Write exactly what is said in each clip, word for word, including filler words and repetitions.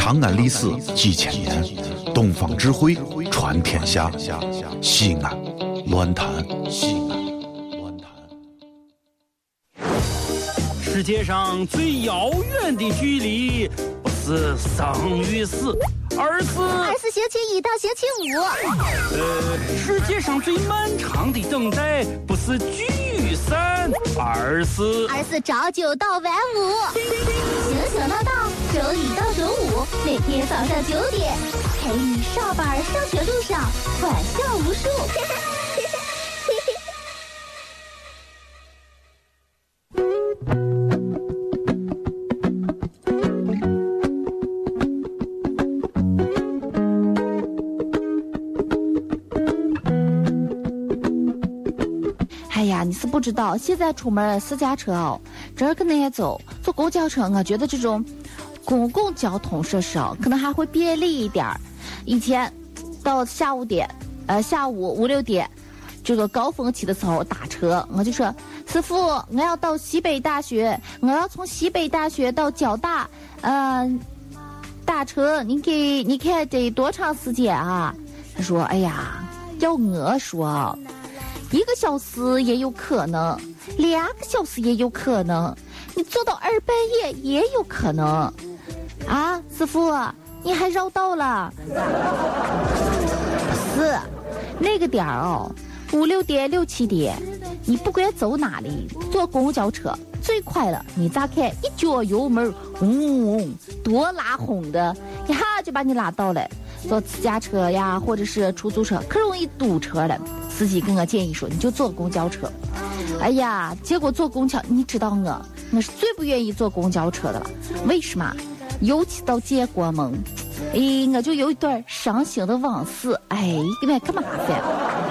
长安历史几千年，东方智慧传天下。西安乱谈，西安乱谈。 世界上最遥远的距离，不是生与死，而是而是星期一到星期五。 呃，世界上最漫长的等待，不是聚散，而是而是朝九到晚五。醒醒闹闹，周一到周五，每天早上九点，陪你上班上学路上欢笑无数。 哎呀，你是不知道，现在出门私家车哦，这儿可能也走，坐公交车，我觉得这种公共交通设施哦，可能还会便利一点儿。以前到下午点，呃，下午五六点，这个高峰期的时候打车，我就说师傅，我要到西北大学，我要从西北大学到交大，呃，打车，你给你看得多长时间啊？他说，哎呀，要我说。一个小时也有可能，两个小时也有可能，你坐到二半夜也有可能。啊，师傅，你还绕道了？不是，那个点儿哦，五六点、六七点，你不管走哪里，坐公交车最快了，你咋看？一脚油门，嗡嗡，多拉轰的，一下就把你拉到了。坐私家车呀，或者是出租车，可容易堵车了。司机跟我建议说，你就坐公交车。哎呀，结果坐公交，你知道我，我是最不愿意坐公交车的了。为什么？尤其到建国门，哎，我就有一段伤心的往事。哎，因为可麻烦。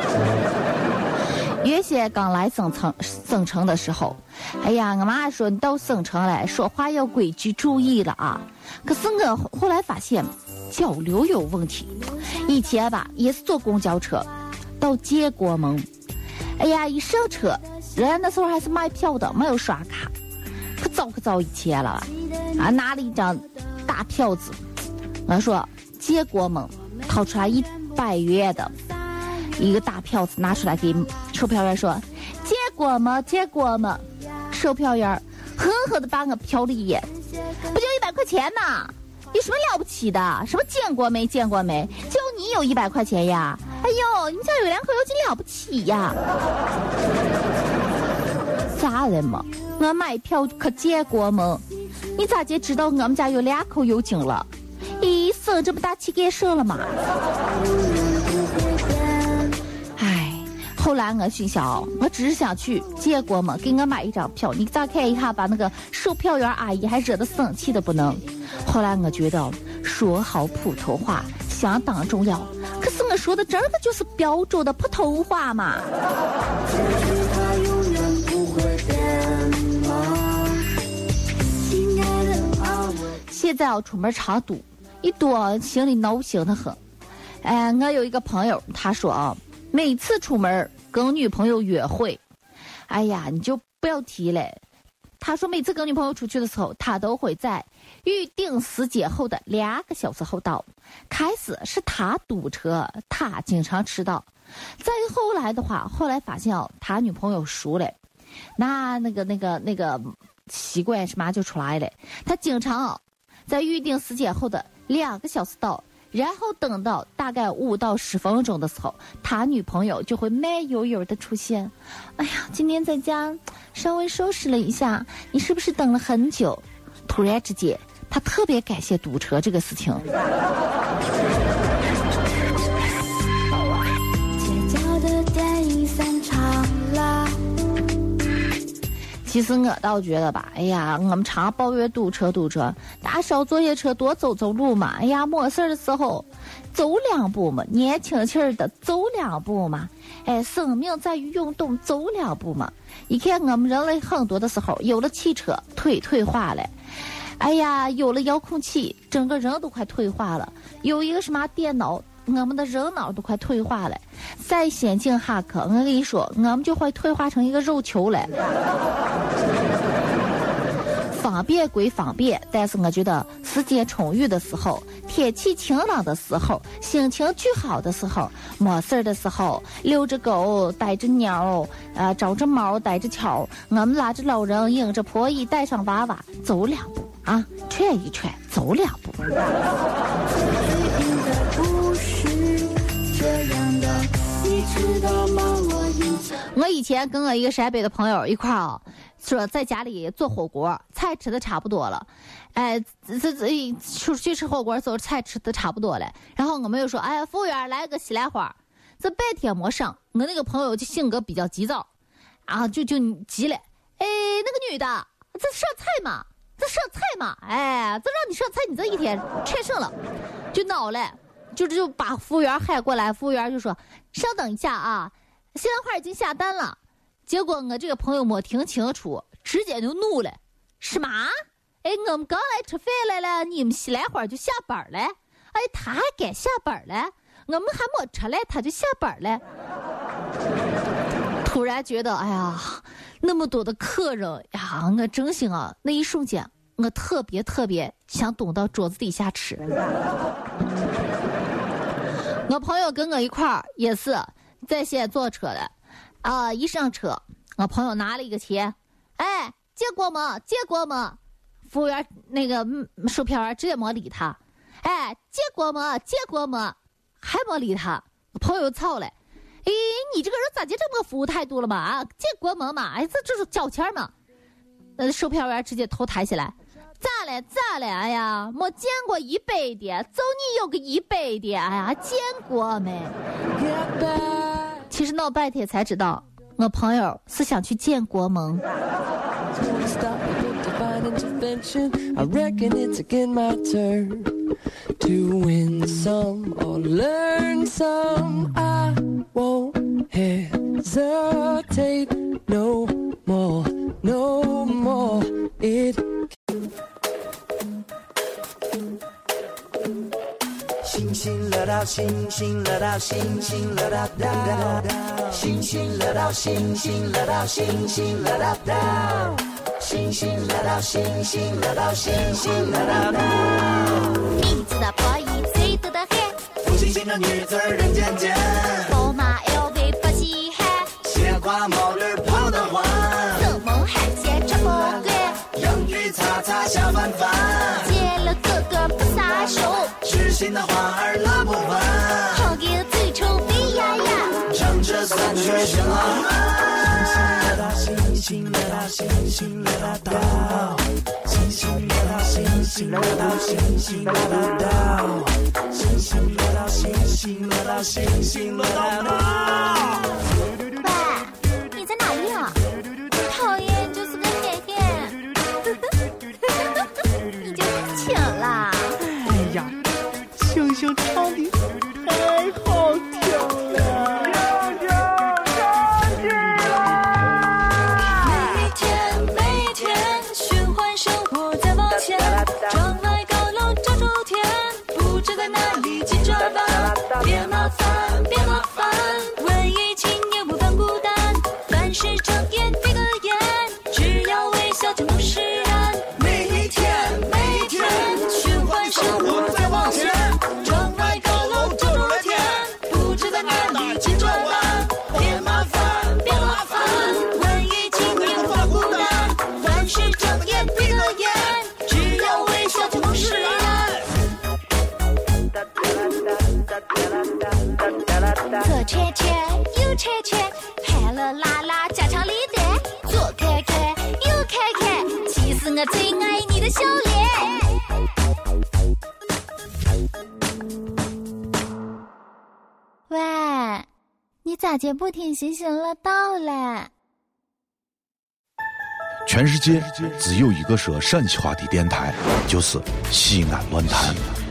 原先刚来省城省城的时候，哎呀，我妈说你到省城来说话要规矩注意了啊。可是我后来发现交流有问题。以前吧也是坐公交车到建国门，哎呀，一上车，人家那时候还是卖票的，没有刷卡，可早可早以前了啊，拿了一张大票子，我说建国门，掏出来一百元的一个大票子拿出来给售票员说，建国门，建国门，售票员狠狠的把我瞟了一眼，不就一百块钱吗？有什么了不起的？什么见过没见过没？就你有一百块钱呀？哎呦，你家有两口有几了不起呀？啥人嘛？我买票可见过吗？你咋就知道我们家有两口有金了？咦，生这么大气干什了嘛？哎，后来我心想，我只是想去建国嘛，给我买一张票。你咋看一下，把那个售票员阿姨还惹得生气的不能。后来我觉得说好普通话相当重要，可是我说的真的就是标准的普通话嘛。现在要出门常堵，一堵心里闹心的很。哎，我有一个朋友，他说啊，每次出门跟女朋友约会，哎呀，你就不要提了。他说每次跟女朋友出去的时候，他都会在预定时间后的两个小时后到。开始是他堵车，他经常迟到。再后来的话，后来发现哦，他女朋友熟了，那那个那个那个习惯什么就出来了。他经常哦，在预定时间后的两个小时到，然后等到大概五到十分钟的时候，他女朋友就会慢悠悠的出现。哎呀，今天在家稍微收拾了一下，你是不是等了很久？突然之间，他特别感谢堵车这个事情。其实我倒觉得吧，哎呀，我们常抱怨堵车堵车，大少坐些车，多走走路嘛。哎呀，没事的时候走两步嘛，年轻气儿的走两步嘛。哎，生命在于运动，走两步嘛。你看我们人类很多的时候，有了汽车，腿退化了。哎呀，有了遥控器，整个人都快退化了。有一个什么电脑，我们的人脑都快退化了。再先进哈克，我跟你说，我们就会退化成一个肉球了。 方便归方便，但是我觉得时间充裕的时候，天气晴朗的时候，心情巨好的时候，没事的时候，遛着狗，带着鸟，呃，招着猫，带着巧，我们拉着老人，迎着婆姨，带上娃娃，走两步啊，串一串，走两步。我以前跟我一个陕北的朋友一块儿啊，说在家里做火锅，菜吃的差不多了，哎，这这出去吃火锅的时候菜吃的差不多了，然后我们又说，哎，服务员来个西兰花，这半天没上，我那个朋友就性格比较急躁，啊，就就急了，哎，那个女的，这上菜嘛，这上菜嘛，哎，这让你上菜，你这一天全剩了，就恼了。就就把服务员喊过来，服务员就说：“稍等一下啊，西兰花已经下单了。”结果我这个朋友没听清楚，直接就怒了：“什么？哎，我们刚来吃饭来了，你们西兰花就下班了？哎，他还该下班了？我们还没吃来，他就下班了。”突然觉得，哎呀，那么多的客人呀，我真心啊，那一瞬间，我特别特别想躲到桌子底下吃。我朋友跟我一块儿也是在线坐车的，啊、呃，一上车，我朋友拿了一个钱，哎，借过吗？借过吗？服务员那个售票员直接没理他，哎，借过吗？借过吗？还没理他，我朋友操了，哎，你这个人咋就这么服务态度了嘛？啊，借过吗嘛？哎，这这是交钱嘛？呃，售票员直接头抬起来。咋了咋了？哎呀，没见过一百的，就你有个一百的，哎呀，见过没？其实闹半天才知道，我朋友是想去见国盟。I reckon it's again my turn to win some or learn some. I won't hesitate no more, no more. It星星乐到星星乐到星星乐到到，星星乐到星星乐到星星乐到到，星星乐到星星乐到星星乐到到。名字的婆姨最多的很，不星星的女子人间间，宝马 L V 不稀罕，斜挎毛驴跑得欢，做梦海鲜吃不惯，洋芋擦擦小饭饭，见了哥哥不撒手，知心的花儿拉不完，好给最丑肥呀呀，唱着三曲心浪漫，星星乐到星星乐到到，星星乐到星星乐到星星乐到到，星星乐到星星乐到星星乐到到。喂，你在哪里啊？讨厌，就是个甜甜，你就请了。 哎呀，星星唱的太好听了。窗外高楼照周天，不知在哪里紧张吧？别麻烦，别麻烦，文艺青年不犯孤单，凡事睁眼闭个眼，只要微笑就不释然。每一天，每一天，循环生活在往前，窗外高楼照周天，不知在哪里紧张吧？别麻烦，别麻烦，文艺青年不犯孤单，凡事睁眼闭个眼。左圈圈，右圈圈，快乐啦啦，家长里短，左看看，右看看，其实我最爱你的笑脸。喂，你咋就不听星星乐道嘞？ 全世界只有一个说陕西话的电台，就是西安论坛。